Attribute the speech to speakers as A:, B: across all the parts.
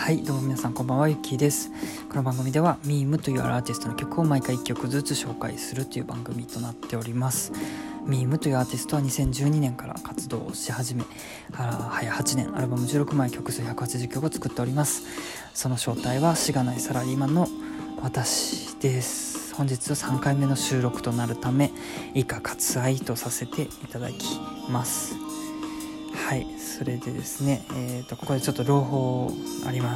A: はい、どうも皆さんこんばんは、ゆきです。この番組ではミームというアーティストの曲を毎回1曲ずつ紹介するという番組となっております。ミームというアーティストは2012年から活動をし始め、早8年、アルバム16枚、曲数180曲を作っております。その正体はしがないサラリーマンの私です。本日は3回目の収録となるため、以下割愛とさせていただきます。はい、それでですね、ここでちょっと朗報あります。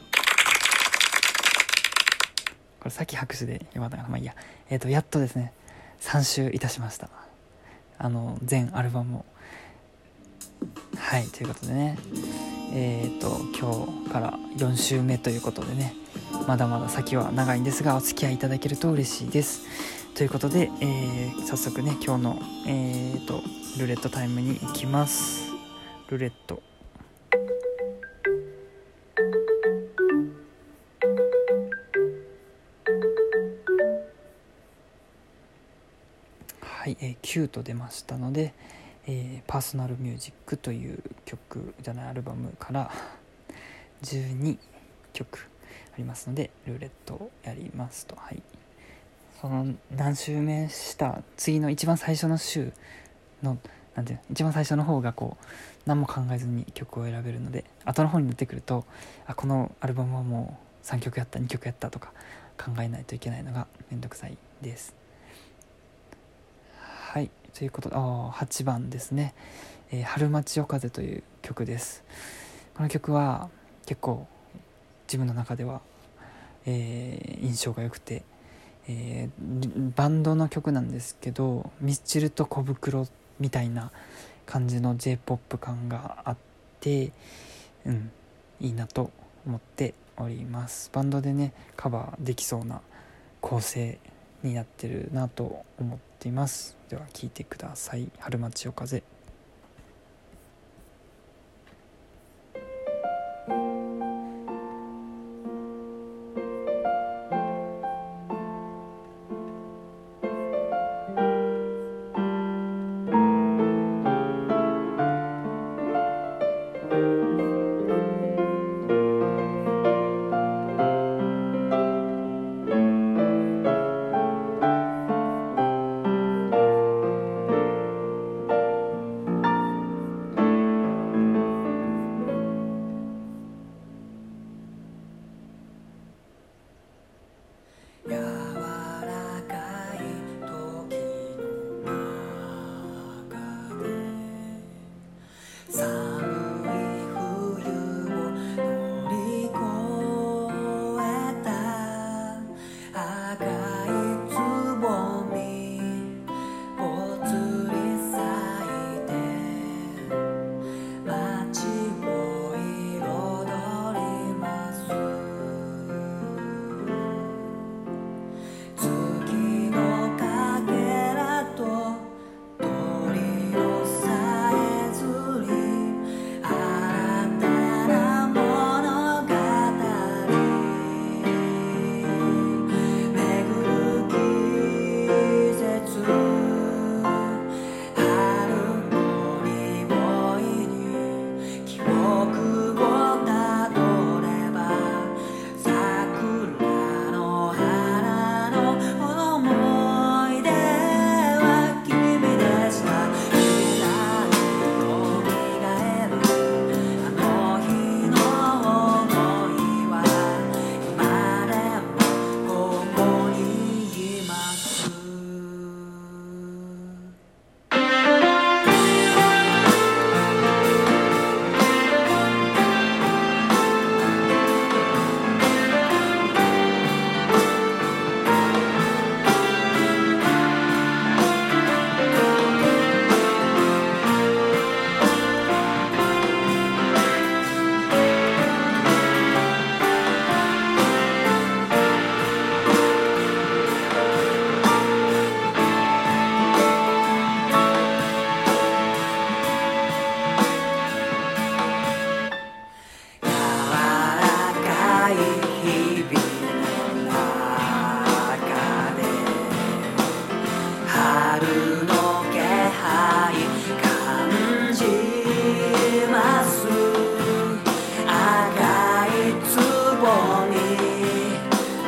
A: これさっき拍手でよかったかな、まあいいや。やっとですね、3周いたしました。全アルバムを。はい、ということでね、今日から4週目ということでね、まだまだ先は長いんですが、お付き合いいただけると嬉しいです。ということで、早速ね、今日の、ルーレットタイムに行きます。ルーレット。はい、9と出ましたので、パーソナルミュージックというアルバムから12曲ありますので、ルーレットをやりますと、はい、その何週目した次の一番最初の週の一番最初の方がこう何も考えずに曲を選べるので、後の方になってくるとこのアルバムはもう3曲やった2曲やったとか考えないといけないのがめんどくさいです。はい、ということで8番ですね、春町夜風という曲です。この曲は結構自分の中では、印象が良くて、バンドの曲なんですけど、ミスチルと小袋みたいな感じの J-POP 感があって、いいなと思っております。バンドでねカバーできそうな構成になってるなと思っています。では聴いてください。春町夜風。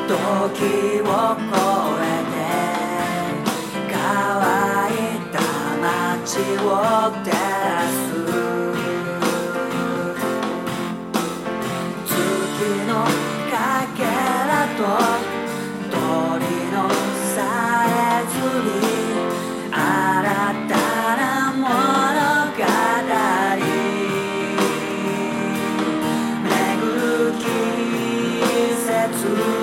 B: 時を越えて乾いた街を照らす月のかけらと鳥のさえずり新たな物語巡る季節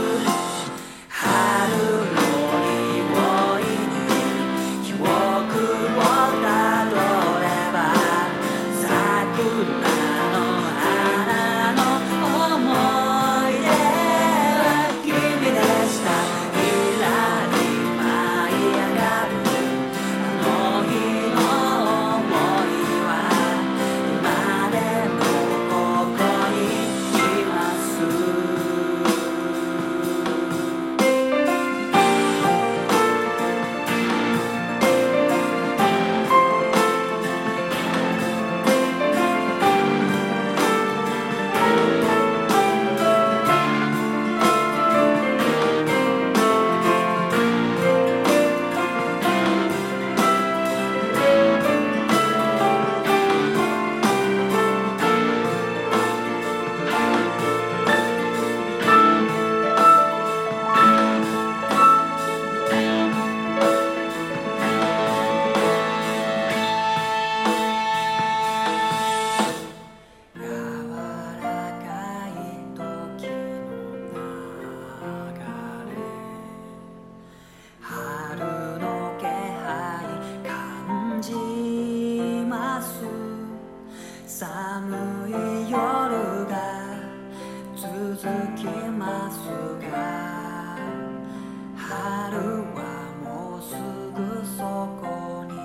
B: 寒い夜が続きますが春はもうすぐそこに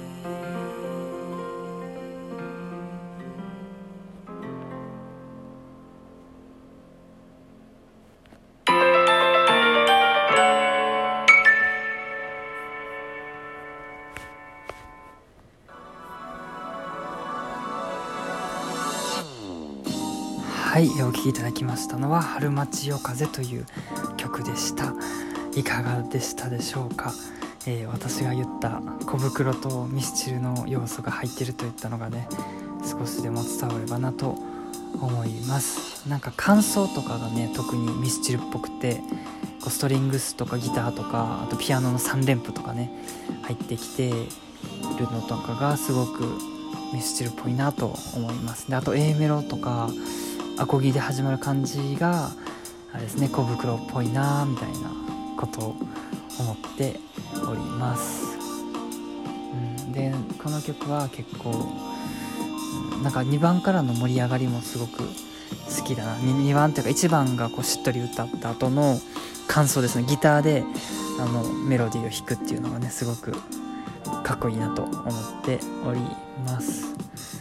A: はい、お聴きいただきましたのは春町夜風という曲でした。いかがでしたでしょうか。私が言った小袋とミスチルの要素が入っているといったのがね少しでも伝わればなと思います。なんか感想とかがね特にミスチルっぽくてこうストリングスとかギターとかあとピアノの3連符とかね入ってきているのとかがすごくミスチルっぽいなと思います。であと A メロとかアコギで始まる感じがあれですね小袋っぽいなみたいなことを思っております、でこの曲は結構、なんか2番からの盛り上がりもすごく好きだな。 2番というか1番がこうしっとり歌った後の感想ですね。ギターでメロディーを弾くっていうのがねすごくかっこいいなと思っております、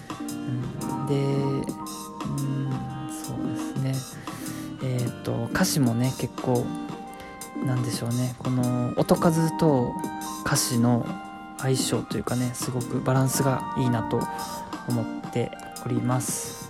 A: でそうですね歌詞もね結構なんでしょうねこの音数と歌詞の相性というかねすごくバランスがいいなと思っております、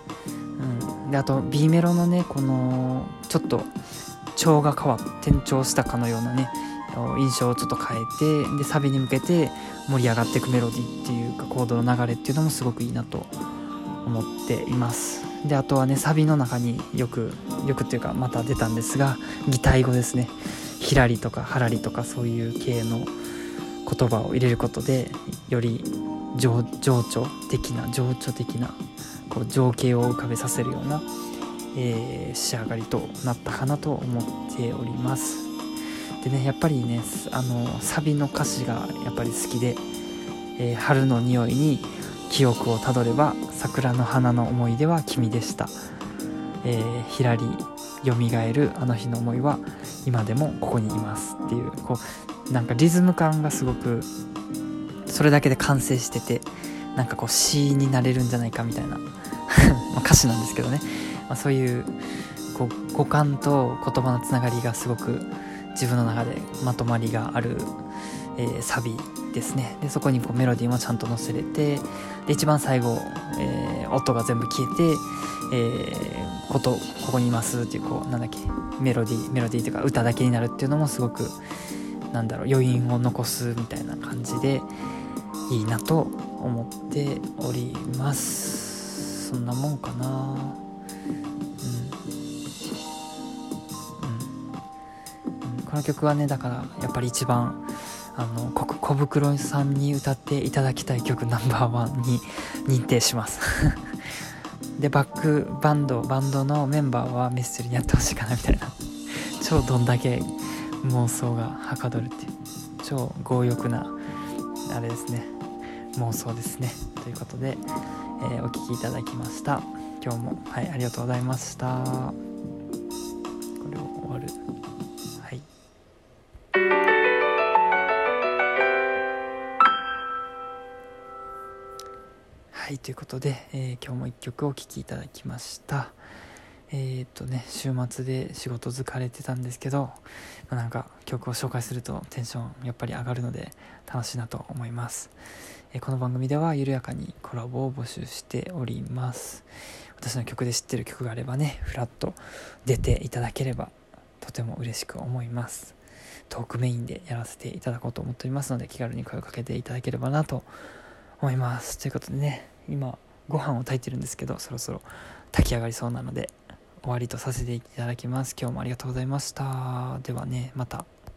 A: であと B メロのねこのちょっと調が変わって転調したかのようなね印象をちょっと変えてでサビに向けて盛り上がっていくメロディーっていうかコードの流れっていうのもすごくいいなと思っています。であとはねサビの中によくっていうかまた出たんですが擬態語ですね。ひらりとかはらりとかそういう系の言葉を入れることでより情緒的なこう情景を浮かべさせるような、仕上がりとなったかなと思っております。でねやっぱりねサビの歌詞がやっぱり好きで、春の匂いに記憶をたどれば桜の花の思い出は君でした、ひらりよみがえるあの日の思いは今でもここにいますっていうこうなんかリズム感がすごくそれだけで完成しててなんかこう詩になれるんじゃないかみたいな歌詞なんですけどね、そういうこう五感と言葉のつながりがすごく自分の中でまとまりがある、サビですね。でそこにこうメロディーもちゃんと乗せれて、で一番最後、音が全部消えて、ここにいますっていうこうなんだっけメロディーっていうか歌だけになるっていうのもすごく余韻を残すみたいな感じでいいなと思っております。そんなもんかな。この曲はねだからやっぱり一番小袋さんに歌っていただきたい曲ナンバー1に認定しますでバンドのメンバーはメッセルにやってほしいかなみたいな超どんだけ妄想がはかどるっていう超強欲なあれですね、妄想ですね。ということで、お聴きいただきました。今日もありがとうございました。これを終わる。はい、ということで、今日も一曲お聴きいただきました。週末で仕事疲れてたんですけど、なんか曲を紹介するとテンションやっぱり上がるので楽しいなと思います。この番組では緩やかにコラボを募集しております。私の曲で知ってる曲があればねフラッと出ていただければとても嬉しく思います。トークメインでやらせていただこうと思っておりますので気軽に声をかけていただければなと思います。ということでね、今ご飯を炊いてるんですけどそろそろ炊き上がりそうなので終わりとさせていただきます。今日もありがとうございました。ではね、また。